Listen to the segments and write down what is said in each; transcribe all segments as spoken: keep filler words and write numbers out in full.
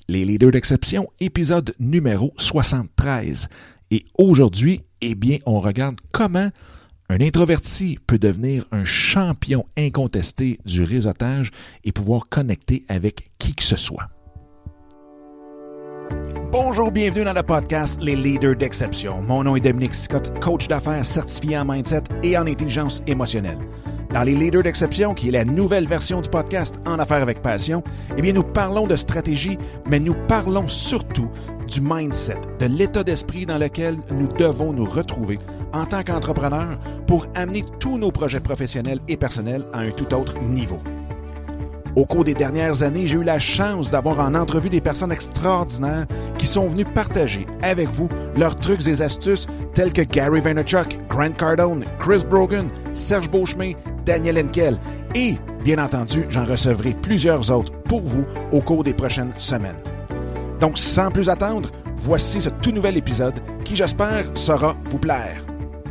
Les leaders d'exception, épisode numéro soixante-treize. Et aujourd'hui, eh bien, on regarde comment un introverti peut devenir un champion incontesté du réseautage et pouvoir connecter avec qui que ce soit. Bonjour, bienvenue dans le podcast Les leaders d'exception. Mon nom est Dominique Scott, coach d'affaires certifié en mindset et en intelligence émotionnelle. Dans Les leaders d'exception, qui est la nouvelle version du podcast En affaires avec passion, eh bien, nous parlons de stratégie, mais nous parlons surtout du mindset, de l'état d'esprit dans lequel nous devons nous retrouver en tant qu'entrepreneurs pour amener tous nos projets professionnels et personnels à un tout autre niveau. Au cours des dernières années, j'ai eu la chance d'avoir en entrevue des personnes extraordinaires qui sont venues partager avec vous leurs trucs et astuces tels que Gary Vaynerchuk, Grant Cardone, Chris Brogan, Serge Beauchemin, Daniel Henkel et, bien entendu, j'en recevrai plusieurs autres pour vous au cours des prochaines semaines. Donc, sans plus attendre, voici ce tout nouvel épisode qui, j'espère, saura vous plaire.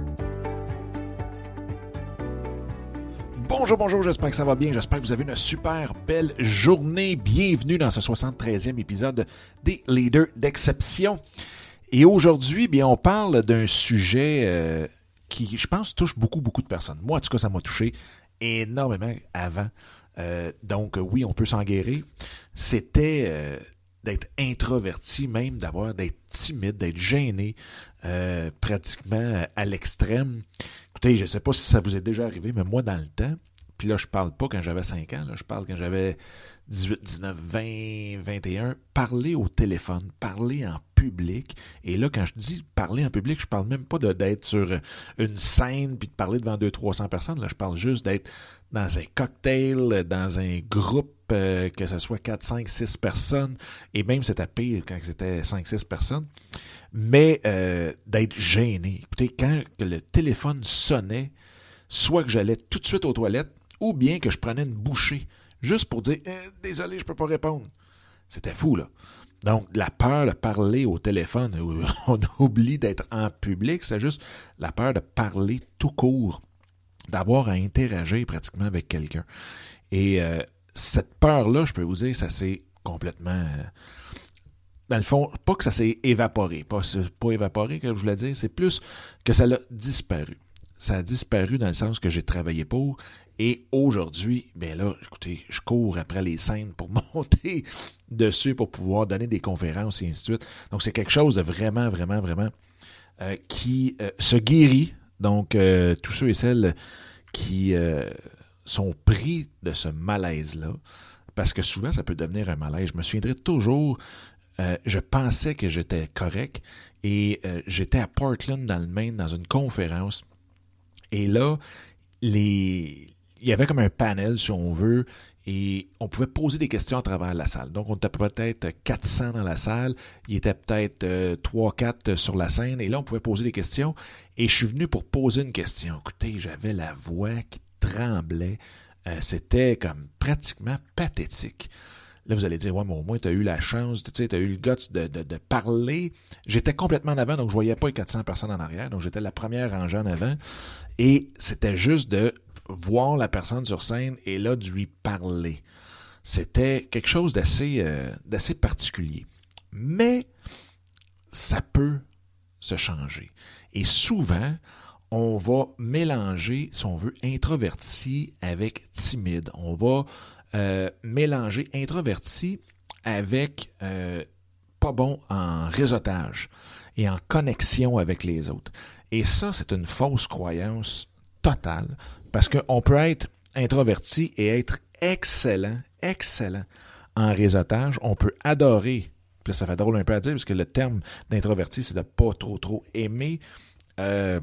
Bonjour, bonjour, j'espère que ça va bien, j'espère que vous avez une super belle journée. Bienvenue dans ce soixante-treizième épisode des Leaders d'exception. Et aujourd'hui, bien, on parle d'un sujet euh, qui, je pense, touche beaucoup, beaucoup de personnes. Moi, en tout cas, ça m'a touché énormément avant. Euh, donc, oui, on peut s'en guérir. C'était euh, d'être introverti, même d'avoir, d'être timide, d'être gêné, euh, pratiquement à l'extrême. Écoutez, je ne sais pas si ça vous est déjà arrivé, mais moi, dans le temps, puis là, je parle pas quand j'avais cinq ans, là, je parle quand j'avais dix-huit, dix-neuf, vingt, vingt et un, parler au téléphone, parler en public. Et là, quand je dis parler en public, je parle même pas de, d'être sur une scène puis de parler devant deux cents à trois cents personnes. Là, je parle juste d'être dans un cocktail, dans un groupe, euh, que ce soit quatre, cinq, six personnes. Et même c'était pire quand c'était cinq, six personnes. Mais euh, d'être gêné. Écoutez, quand le téléphone sonnait, soit que j'allais tout de suite aux toilettes, ou bien que je prenais une bouchée, juste pour dire eh, « Désolé, je peux pas répondre ». C'était fou, là. Donc, la peur de parler au téléphone, on oublie d'être en public, c'est juste la peur de parler tout court, d'avoir à interagir pratiquement avec quelqu'un. Et euh, cette peur-là, je peux vous dire, ça s'est complètement... Euh, dans le fond, pas que ça s'est évaporé, pas, pas évaporé, que je voulais dire, c'est plus que ça l'a disparu. Ça a disparu dans le sens que j'ai travaillé pour, et aujourd'hui, bien là, écoutez, je cours après les scènes pour monter dessus, pour pouvoir donner des conférences et ainsi de suite. Donc, c'est quelque chose de vraiment, vraiment, vraiment euh, qui euh, se guérit. Donc, euh, tous ceux et celles qui euh, sont pris de ce malaise-là, parce que souvent, ça peut devenir un malaise. Je me souviendrai toujours... Euh, je pensais que j'étais correct et euh, j'étais à Portland, dans le Maine, dans une conférence. Et là, les... il y avait comme un panel, si on veut, et on pouvait poser des questions à travers la salle. Donc, on était peut-être quatre cents dans la salle, il était peut-être euh, trois quatre sur la scène, et là, on pouvait poser des questions. Et je suis venu pour poser une question. Écoutez, j'avais la voix qui tremblait. Euh, c'était comme pratiquement pathétique. Là, vous allez dire, ouais, mais au moins, tu as eu la chance, tu sais, tu as eu le guts de, de, de parler. J'étais complètement en avant, donc je voyais pas les quatre cents personnes en arrière, donc j'étais la première rangée en avant. Et c'était juste de voir la personne sur scène et là, de lui parler. C'était quelque chose d'assez, euh, d'assez particulier. Mais ça peut se changer. Et souvent, on va mélanger, si on veut, introverti avec timide. On va... Euh, mélanger introverti avec euh, pas bon en réseautage et en connexion avec les autres. Et ça, c'est une fausse croyance totale parce qu'on peut être introverti et être excellent, excellent en réseautage. On peut adorer, puis ça fait drôle un peu à dire parce que le terme d'introverti, c'est de pas trop, trop aimer euh,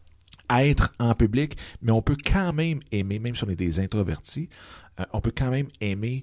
être en public, mais on peut quand même aimer, même si on est des introvertis, euh, on peut quand même aimer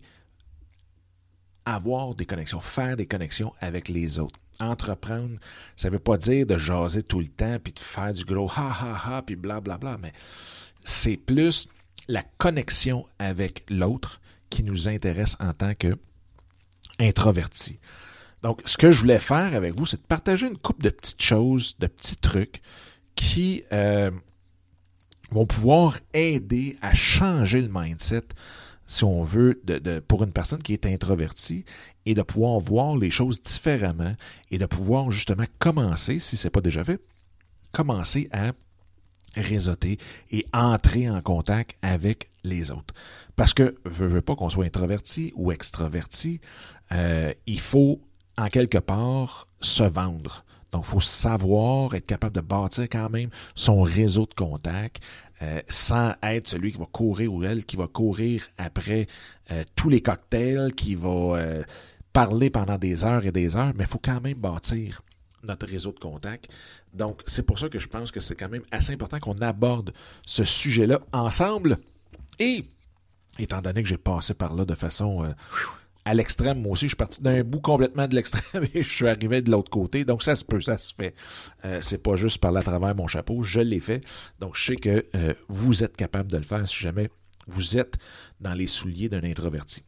avoir des connexions, faire des connexions avec les autres. Entreprendre, ça ne veut pas dire de jaser tout le temps, puis de faire du gros ha ha ha, puis blablabla, mais c'est plus la connexion avec l'autre qui nous intéresse en tant qu'introvertis. Donc, ce que je voulais faire avec vous, c'est de partager une couple de petites choses, de petits trucs qui euh, vont pouvoir aider à changer le mindset si on veut, de, de, pour une personne qui est introvertie, et de pouvoir voir les choses différemment et de pouvoir justement commencer, si ce n'est pas déjà fait, commencer à réseauter et entrer en contact avec les autres. Parce que, veux, veux pas qu'on soit introverti ou extraverti, euh, il faut, en quelque part, se vendre. Donc, il faut savoir, être capable de bâtir quand même son réseau de contacts euh, sans être celui qui va courir ou elle qui va courir après euh, tous les cocktails, qui va euh, parler pendant des heures et des heures, mais il faut quand même bâtir notre réseau de contacts. Donc, c'est pour ça que je pense que c'est quand même assez important qu'on aborde ce sujet-là ensemble. Et, étant donné que j'ai passé par là de façon euh, à l'extrême, moi aussi, je suis parti d'un bout complètement de l'extrême et je suis arrivé de l'autre côté. Donc, ça se peut, ça se fait. Euh, c'est pas juste par là à travers mon chapeau, je l'ai fait. Donc, je sais que euh, vous êtes capable de le faire si jamais vous êtes dans les souliers d'un introverti.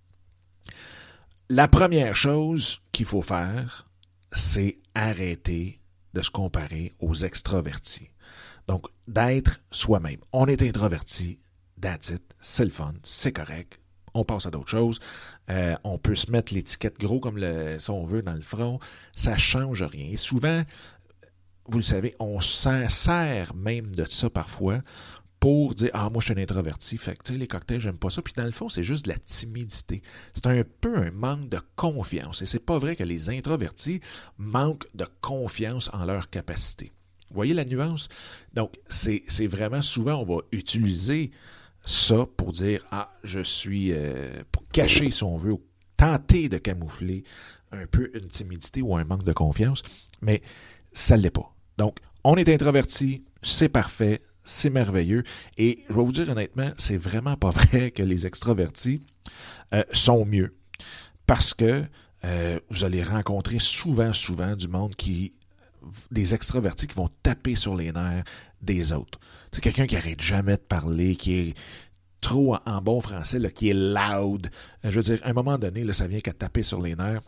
La première chose qu'il faut faire, c'est arrêter de se comparer aux extravertis. Donc, d'être soi-même. On est introverti, that's it, c'est le fun, c'est correct, on passe à d'autres choses. Euh, on peut se mettre l'étiquette gros comme le, si on veut dans le front, ça change rien. Et souvent, vous le savez, on sert, sert même de ça parfois pour dire « Ah, moi, je suis un introverti, fait que, tu sais, les cocktails, j'aime pas ça. » Puis dans le fond, c'est juste de la timidité. C'est un peu un manque de confiance. Et c'est pas vrai que les introvertis manquent de confiance en leur capacité. Vous voyez la nuance? Donc, c'est, c'est vraiment souvent, on va utiliser ça pour dire « Ah, je suis... Euh, » pour cacher, si on veut, ou tenter de camoufler un peu une timidité ou un manque de confiance. Mais ça ne l'est pas. Donc, on est introverti, c'est parfait, c'est merveilleux. Et je vais vous dire honnêtement, c'est vraiment pas vrai que les extravertis euh, sont mieux. Parce que euh, vous allez rencontrer souvent, souvent du monde qui... des extravertis qui vont taper sur les nerfs des autres. C'est quelqu'un qui arrête jamais de parler, qui est trop en, en bon français, là, qui est loud. Je veux dire, à un moment donné, là, ça vient qu'à taper sur les nerfs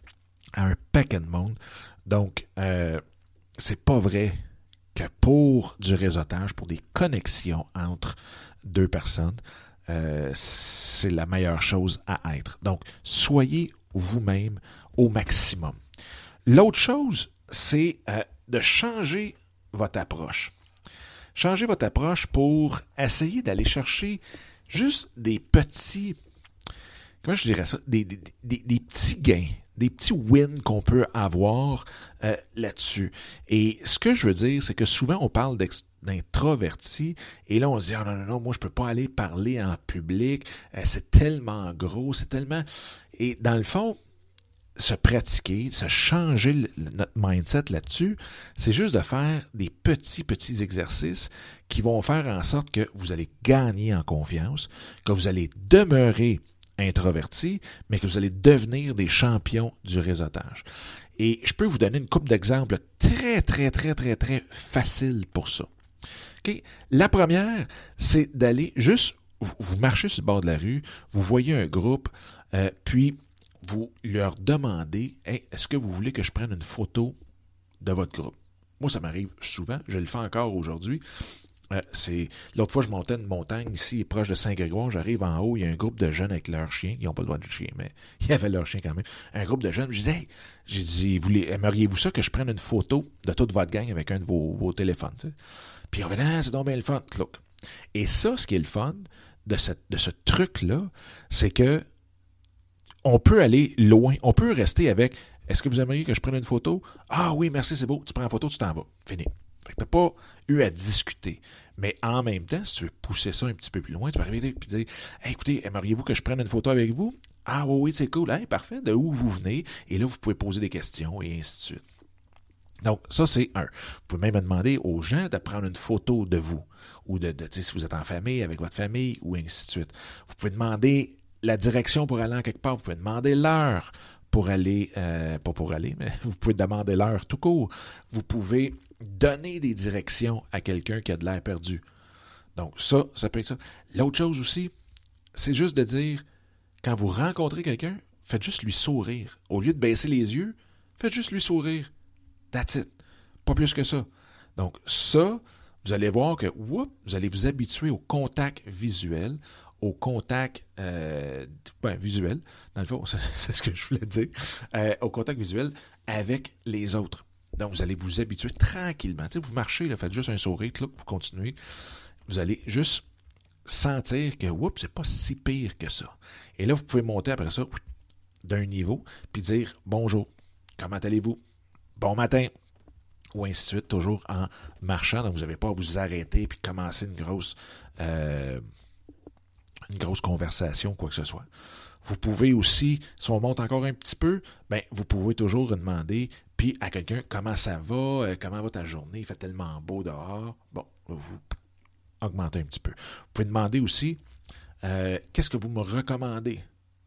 à un paquet de monde. Donc, euh, c'est pas vrai que pour du réseautage, pour des connexions entre deux personnes, euh, c'est la meilleure chose à être. Donc, soyez vous-même au maximum. L'autre chose, c'est euh, de changer votre approche. Changer votre approche pour essayer d'aller chercher juste des petits, comment je dirais ça, des, des, des, des petits gains, des petits wins qu'on peut avoir euh, là-dessus. Et ce que je veux dire, c'est que souvent on parle d'introverti et là on se dit « Ah non, non, non, moi je peux pas aller parler en public, euh, c'est tellement gros, c'est tellement... » Et dans le fond, se pratiquer, se changer le, notre mindset là-dessus, c'est juste de faire des petits, petits exercices qui vont faire en sorte que vous allez gagner en confiance, que vous allez demeurer introverti, mais que vous allez devenir des champions du réseautage. Et je peux vous donner une couple d'exemples très, très, très, très, très faciles pour ça. Okay? La première, c'est d'aller juste, vous, vous marchez sur le bord de la rue, vous voyez un groupe, euh, puis vous leur demandez hey, « Est-ce que vous voulez que je prenne une photo de votre groupe? » Moi, ça m'arrive souvent, je le fais encore aujourd'hui. Euh, c'est l'autre fois, je montais une montagne ici, proche de Saint-Grégoire. J'arrive en haut, il y a un groupe de jeunes avec leurs chiens. Ils n'ont pas le droit de chien, mais il y avait leurs chiens quand même. Un groupe de jeunes. Je disais, hey, j'ai dit, voulez, aimeriez-vous ça que je prenne une photo de toute votre gang avec un de vos, vos téléphones? Tu sais? Puis on va dire, ah, c'est donc bien le fun. Look. Et ça, ce qui est le fun de, cette, de ce truc-là, c'est que on peut aller loin. On peut rester avec, est-ce que vous aimeriez que je prenne une photo? Ah oui, merci, c'est beau. Tu prends la photo, tu t'en vas. Fini. Fait que t'as pas eu à discuter. Mais en même temps, si tu veux pousser ça un petit peu plus loin, tu peux arriver et dire hey, écoutez, aimeriez-vous que je prenne une photo avec vous? Ah oui, oui, c'est cool. Hey, parfait. De où vous venez? Et là, vous pouvez poser des questions et ainsi de suite. Donc, ça, c'est un. Vous pouvez même demander aux gens de prendre une photo de vous. Ou de, de si vous êtes en famille, avec votre famille, ou ainsi de suite. Vous pouvez demander la direction pour aller en quelque part. Vous pouvez demander l'heure pour aller, euh, pas pour aller, mais vous pouvez demander l'heure tout court. Vous pouvez donner des directions à quelqu'un qui a de l'air perdu. Donc ça, ça peut être ça. L'autre chose aussi, c'est juste de dire, quand vous rencontrez quelqu'un, faites juste lui sourire. Au lieu de baisser les yeux, faites juste lui sourire. That's it. Pas plus que ça. Donc ça, vous allez voir que whoop, vous allez vous habituer au contact visuel, au contact euh, ben, visuel, dans le fond, c'est, c'est ce que je voulais dire, euh, au contact visuel avec les autres. Donc, vous allez vous habituer tranquillement. Tu sais, vous marchez, là, faites juste un sourire, là, vous continuez. Vous allez juste sentir que, oups, c'est pas si pire que ça. Et là, vous pouvez monter après ça d'un niveau, puis dire bonjour, comment allez-vous? Bon matin, ou ainsi de suite, toujours en marchant. Donc, vous n'avez pas à vous arrêter puis commencer une grosse, euh, une grosse conversation, quoi que ce soit. Vous pouvez aussi, si on monte encore un petit peu, ben, vous pouvez toujours demander puis à quelqu'un comment ça va, euh, comment va ta journée, il fait tellement beau dehors. Bon, vous augmentez un petit peu. Vous pouvez demander aussi euh, qu'est-ce que vous me recommandez?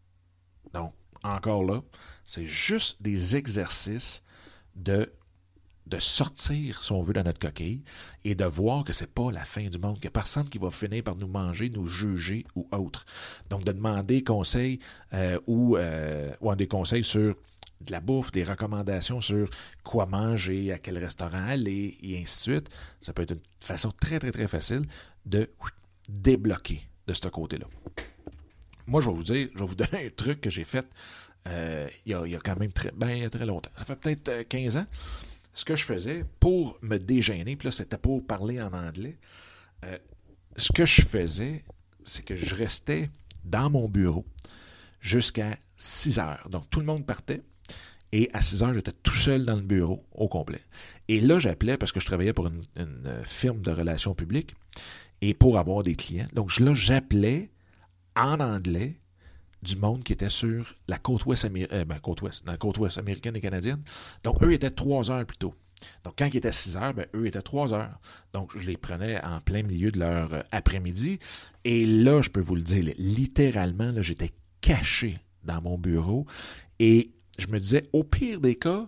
Donc, encore là, c'est juste des exercices de, de sortir, si on veut, de notre coquille et de voir que c'est pas la fin du monde, qu'il n'y a personne qui va finir par nous manger, nous juger ou autre. Donc, de demander conseils euh, ou, euh, ou des conseils sur de la bouffe, des recommandations sur quoi manger, à quel restaurant aller, et ainsi de suite, ça peut être une façon très, très, très facile de débloquer de ce côté-là. Moi, je vais vous dire, je vais vous donner un truc que j'ai fait euh, il, y a, il y a quand même très, ben, très longtemps. Ça fait peut-être quinze ans. Ce que je faisais pour me dégêner, puis là, c'était pour parler en anglais. Euh, ce que je faisais, c'est que je restais dans mon bureau jusqu'à six heures. Donc, tout le monde partait. Et à six heures, j'étais tout seul dans le bureau, au complet. Et là, j'appelais parce que je travaillais pour une, une firme de relations publiques et pour avoir des clients. Donc là, j'appelais en anglais du monde qui était sur la côte ouest, Amé- euh, ben, côte ouest, dans la côte ouest américaine et canadienne. Donc, eux étaient trois heures plus tôt. Donc, quand ils étaient six heures, ben, eux étaient trois heures. Donc, je les prenais en plein milieu de leur euh, après-midi. Et là, je peux vous le dire, littéralement, là, j'étais caché dans mon bureau et je me disais, au pire des cas,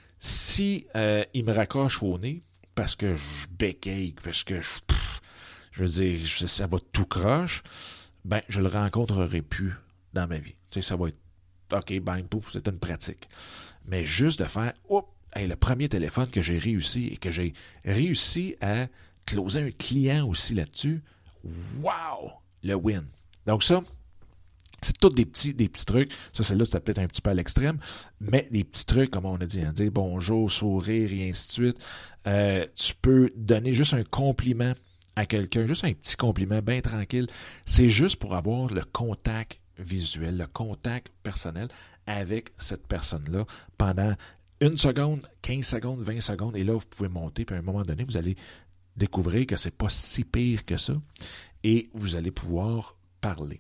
si euh, il me raccroche au nez, parce que je bécaye, parce que je, pff, je veux dire, je, ça va tout croche, ben, je le rencontrerai plus dans ma vie. Tu sais, ça va être, OK, bang, pouf, c'est une pratique. Mais juste de faire, oups, hey, le premier téléphone que j'ai réussi et que j'ai réussi à closer un client aussi là-dessus, wow, le win. Donc ça, c'est tous des petits, des petits trucs. Ça, celle-là, c'était peut-être un petit peu à l'extrême, mais des petits trucs, comme on a dit, hein, dire bonjour, sourire et ainsi de suite. Euh, tu peux donner juste un compliment à quelqu'un, juste un petit compliment, bien tranquille. C'est juste pour avoir le contact visuel, le contact personnel avec cette personne-là pendant une seconde, quinze secondes, vingt secondes. Et là, vous pouvez monter, puis à un moment donné, vous allez découvrir que c'est pas si pire que ça et vous allez pouvoir parler.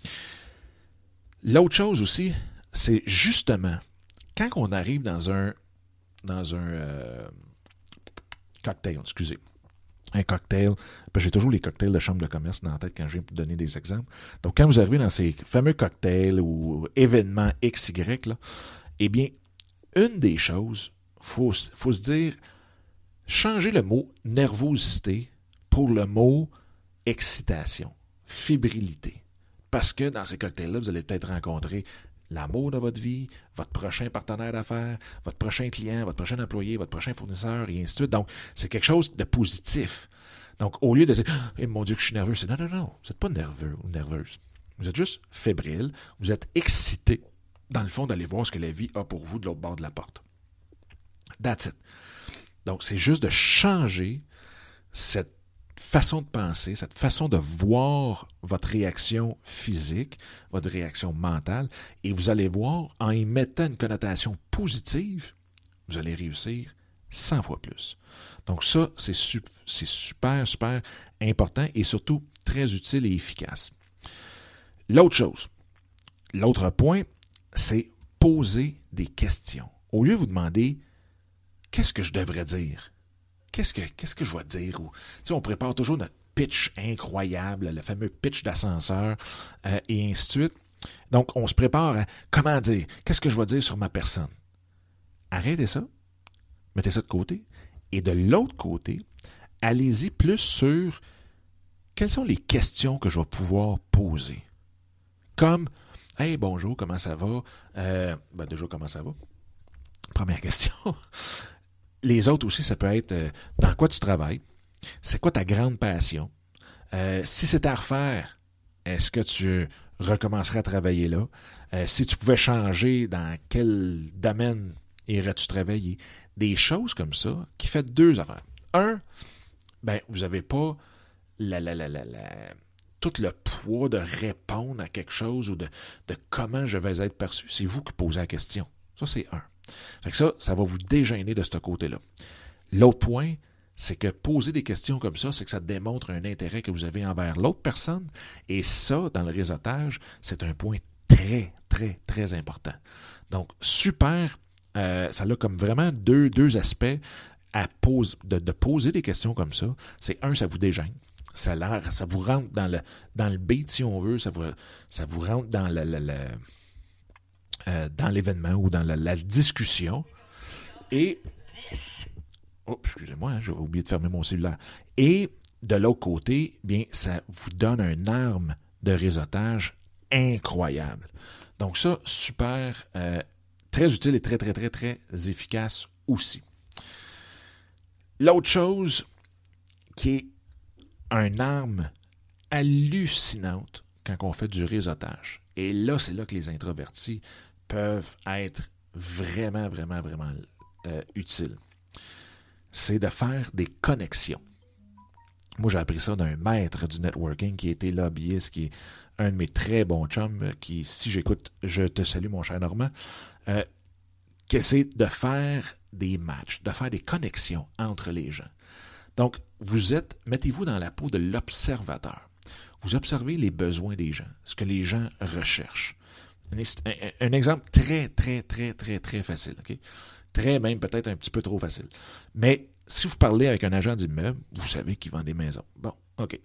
L'autre chose aussi, c'est justement, quand on arrive dans un dans un euh, cocktail, excusez, un cocktail, parce que j'ai toujours les cocktails de chambre de commerce dans la tête quand je viens pour donner des exemples. Donc, quand vous arrivez dans ces fameux cocktails ou événements X Y, là, eh bien, une des choses, il faut, faut se dire, changer le mot nervosité pour le mot excitation, fébrilité. Parce que dans ces cocktails-là, vous allez peut-être rencontrer l'amour de votre vie, votre prochain partenaire d'affaires, votre prochain client, votre prochain employé, votre prochain fournisseur, et ainsi de suite. Donc, c'est quelque chose de positif. Donc, au lieu de dire hey, « mon Dieu, que je suis nerveux », c'est « non, non, non, vous n'êtes pas nerveux ou nerveuse. Vous êtes juste fébrile, vous êtes excité, dans le fond, d'aller voir ce que la vie a pour vous de l'autre bord de la porte. That's it. Donc, c'est juste de changer cette façon de penser, cette façon de voir votre réaction physique, votre réaction mentale, et vous allez voir, en y mettant une connotation positive, vous allez réussir cent fois plus. Donc ça, c'est, su- c'est super, super important et surtout très utile et efficace. L'autre chose, l'autre point, c'est poser des questions. Au lieu de vous demander « qu'est-ce que je devrais dire ?» Qu'est-ce que, qu'est-ce que je vais dire? Ou, tu sais, on prépare toujours notre pitch incroyable, le fameux pitch d'ascenseur, euh, et ainsi de suite. Donc, on se prépare à comment dire, qu'est-ce que je vais dire sur ma personne? Arrêtez ça, mettez ça de côté, et de l'autre côté, allez-y plus sur quelles sont les questions que je vais pouvoir poser. Comme, hey, bonjour, comment ça va? Euh, ben déjà, comment ça va? Première question. Les autres aussi, ça peut être euh, dans quoi tu travailles, c'est quoi ta grande passion, euh, si c'était à refaire, est-ce que tu recommencerais à travailler là? Euh, si tu pouvais changer, dans quel domaine irais-tu travailler? Des choses comme ça qui fait deux affaires. Un, ben, vous n'avez pas la, la, la, la, la, tout le poids de répondre à quelque chose ou de, de comment je vais être perçu. C'est vous qui posez la question. Ça, c'est un. Fait que ça, ça va vous dégêner de ce côté-là. L'autre point, c'est que poser des questions comme ça, c'est que ça démontre un intérêt que vous avez envers l'autre personne. Et ça, dans le réseautage, c'est un point très, très, très important. Donc, super, euh, ça a comme vraiment deux, deux aspects à pose, de, de poser des questions comme ça. C'est un, ça vous dégêne. Ça, l'air, ça vous rentre dans le, dans le beat, si on veut. Ça vous, ça vous rentre dans, le, le, le, euh, dans l'événement ou dans la, la discussion. Et... Oh, excusez-moi, hein, j'ai oublié de fermer mon cellulaire. Et de l'autre côté, bien, ça vous donne une arme de réseautage incroyable. Donc ça, super, euh, très utile et très, très, très, très efficace aussi. L'autre chose qui est une arme hallucinante quand on fait du réseautage, et là, c'est là que les introvertis peuvent être vraiment, vraiment, vraiment euh, utiles, c'est de faire des connexions. Moi, j'ai appris ça d'un maître du networking qui était lobbyiste, qui est un de mes très bons chums, qui, si j'écoute, je te salue, mon cher Normand, euh, qui essaie de faire des matchs, de faire des connexions entre les gens. Donc, vous êtes, mettez-vous dans la peau de l'observateur. Vous observez les besoins des gens, ce que les gens recherchent. Un, un, un exemple très, très, très, très, très facile, OK? Très même, peut-être un petit peu trop facile. Mais si vous parlez avec un agent d'immeuble, vous savez qu'il vend des maisons. Bon, OK.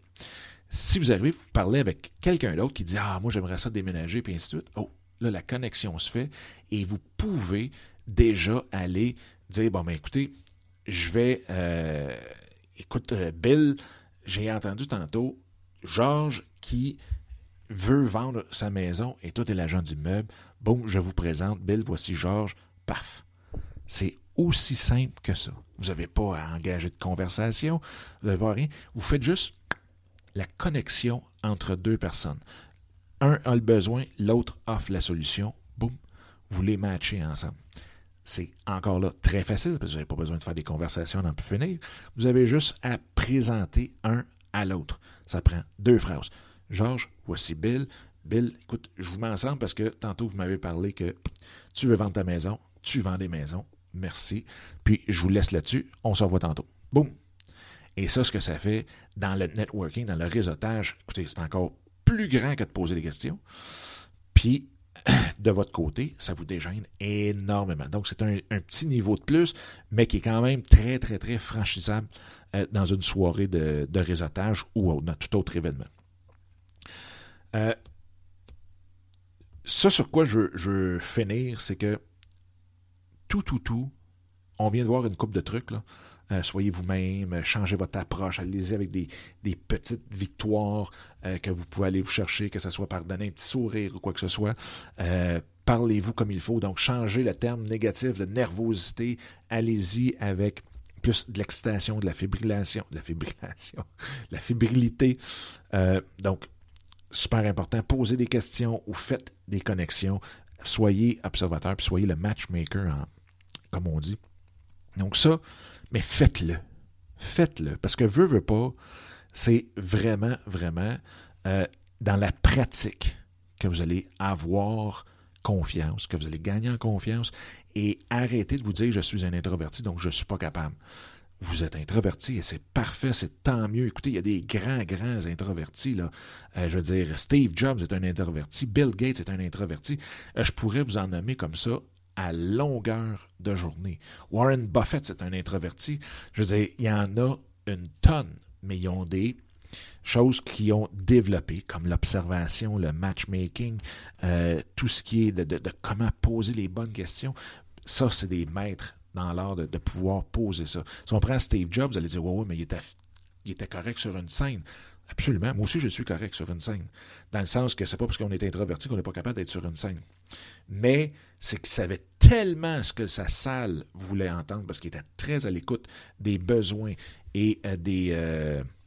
Si vous arrivez, vous parlez avec quelqu'un d'autre qui dit « Ah, moi, j'aimerais ça déménager, puis ainsi de suite. » Oh, là, la connexion se fait et vous pouvez déjà aller dire « Bon, ben écoutez, je vais... Euh, écoute, Bill, j'ai entendu tantôt Georges qui veut vendre sa maison et toi, tu es l'agent d'immeuble. Boum, je vous présente. Bill, voici Georges. Paf. » C'est aussi simple que ça. Vous n'avez pas à engager de conversation, vous n'avez pas rien. Vous faites juste la connexion entre deux personnes. Un a le besoin, l'autre offre la solution. Boum, vous les matchez ensemble. C'est encore là très facile, parce que vous n'avez pas besoin de faire des conversations d'en plus finir. Vous avez juste à présenter un à l'autre. Ça prend deux phrases. Georges, voici Bill. Bill, écoute, je vous mets ensemble parce que tantôt vous m'avez parlé que tu veux vendre ta maison, tu vends des maisons. Merci. Puis, je vous laisse là-dessus. On se revoit tantôt. Boum! Et ça, ce que ça fait dans le networking, dans le réseautage, écoutez, c'est encore plus grand que de poser des questions. Puis, de votre côté, ça vous dégêne énormément. Donc, c'est un, un petit niveau de plus, mais qui est quand même très, très, très franchissable euh, dans une soirée de, de réseautage ou dans tout autre événement. Euh, ça, sur quoi je, je veux finir, c'est que tout, tout, tout, on vient de voir une couple de trucs, là. Euh, soyez vous-même, changez votre approche, allez-y avec des, des petites victoires euh, que vous pouvez aller vous chercher, que ce soit par donner un petit sourire ou quoi que ce soit. Euh, parlez-vous comme il faut, donc changez le terme négatif de nervosité, allez-y avec plus de l'excitation, de la fibrillation, de la fibrillation, de la fébrilité. Euh, donc, super important, posez des questions ou faites des connexions, soyez observateur, puis soyez le matchmaker, en, comme on dit. Donc ça, mais faites-le. Faites-le. Parce que veut, veut pas, c'est vraiment, vraiment euh, dans la pratique que vous allez avoir confiance, que vous allez gagner en confiance et arrêter de vous dire « je suis un introverti, donc je ne suis pas capable ». Vous êtes introverti et c'est parfait, c'est tant mieux. Écoutez, il y a des grands, grands introvertis, là. Euh, je veux dire, Steve Jobs est un introverti, Bill Gates est un introverti. Euh, je pourrais vous en nommer comme ça à longueur de journée. Warren Buffett, c'est un introverti. Je veux dire, il y en a une tonne, mais ils ont des choses qu'ils ont développées, comme l'observation, le matchmaking, euh, tout ce qui est de, de, de comment poser les bonnes questions. Ça, c'est des maîtres dans l'art de, de pouvoir poser ça. Si on prend Steve Jobs, vous allez dire « ouais, ouais, mais il était, il était correct sur une scène ». Absolument. Moi aussi, je suis correct sur une scène. Dans le sens que c'est pas parce qu'on est introverti qu'on n'est pas capable d'être sur une scène. Mais c'est qu'il savait tellement ce que sa salle voulait entendre, parce qu'il était très à l'écoute des besoins et euh, des, euh,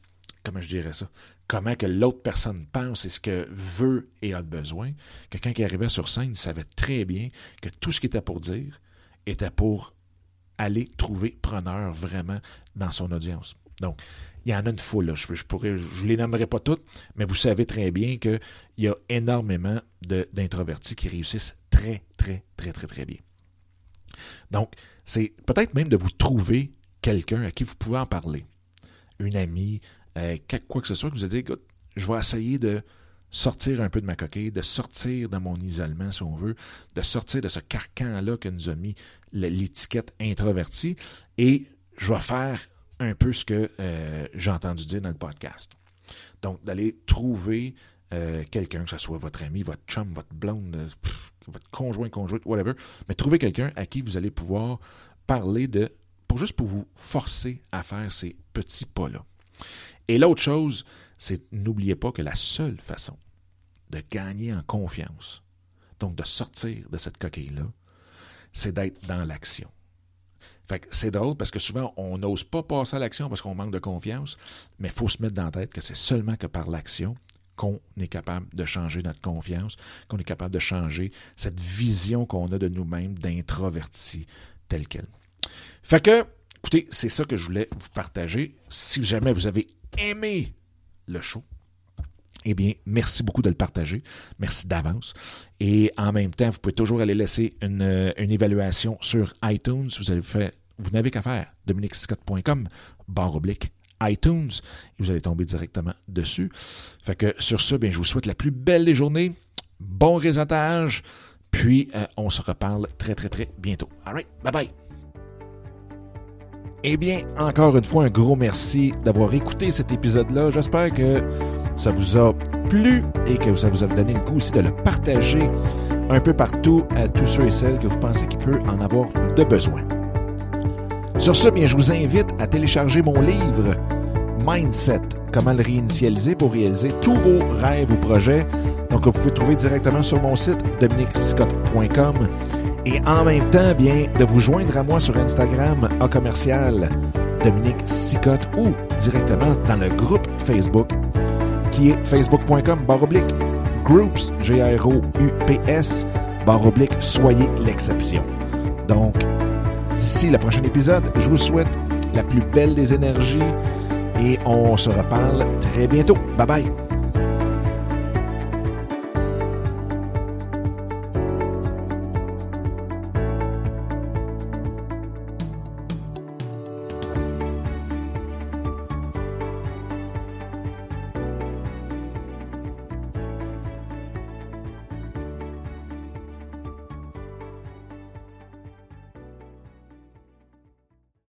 comment je dirais ça, comment que l'autre personne pense et ce que veut et a besoin. Quelqu'un qui arrivait sur scène savait très bien que tout ce qu'il était pour dire était pour aller trouver preneur vraiment dans son audience. Donc, il y en a une foule, là. Je ne je pourrais, je les nommerai pas toutes, mais vous savez très bien qu'il y a énormément de, d'introvertis qui réussissent très, très, très, très, très bien. Donc, c'est peut-être même de vous trouver quelqu'un à qui vous pouvez en parler. Une amie, euh, quoi que ce soit, que vous avez dit, écoute, je vais essayer de sortir un peu de ma coquille, de sortir de mon isolement, si on veut, de sortir de ce carcan-là que nous a mis l'étiquette introverti, et je vais faire un peu ce que euh, j'ai entendu dire dans le podcast. Donc, d'aller trouver euh, quelqu'un, que ce soit votre ami, votre chum, votre blonde, pff, votre conjoint, conjointe, whatever, mais trouver quelqu'un à qui vous allez pouvoir parler de, pour juste pour vous forcer à faire ces petits pas-là. Et l'autre chose, c'est n'oubliez pas que la seule façon de gagner en confiance, donc de sortir de cette coquille-là, c'est d'être dans l'action. Fait que c'est drôle parce que souvent, on n'ose pas passer à l'action parce qu'on manque de confiance, mais il faut se mettre dans la tête que c'est seulement que par l'action qu'on est capable de changer notre confiance, qu'on est capable de changer cette vision qu'on a de nous-mêmes d'introvertis telle qu'elle. Fait que, écoutez, c'est ça que je voulais vous partager. Si jamais vous avez aimé le show, eh bien, merci beaucoup de le partager. Merci d'avance. Et en même temps, vous pouvez toujours aller laisser une, une évaluation sur iTunes. Vous, avez fait, vous n'avez qu'à faire dominique sicotte point com barre oblique iTunes et vous allez tomber directement dessus. Fait que sur ce, bien, je vous souhaite la plus belle des journées. Bon réseautage. Puis, euh, on se reparle très, très, très bientôt. All right, bye-bye. Eh bien, encore une fois, un gros merci d'avoir écouté cet épisode-là. J'espère que ça vous a plu et que ça vous a donné le coup aussi de le partager un peu partout à tous ceux et celles que vous pensez qu'il peut en avoir de besoin. Sur ce, bien, je vous invite à télécharger mon livre Mindset, comment le réinitialiser pour réaliser tous vos rêves ou projets. Donc, vous pouvez le trouver directement sur mon site dominique sicotte point com. Et en même temps, bien, de vous joindre à moi sur Instagram, A commercial Dominique Sicotte, ou directement dans le groupe Facebook, qui est facebook point com barre oblique groups, G R O U P S, barre oblique, soyez l'exception. Donc, d'ici le prochain épisode, je vous souhaite la plus belle des énergies et on se reparle très bientôt. Bye bye!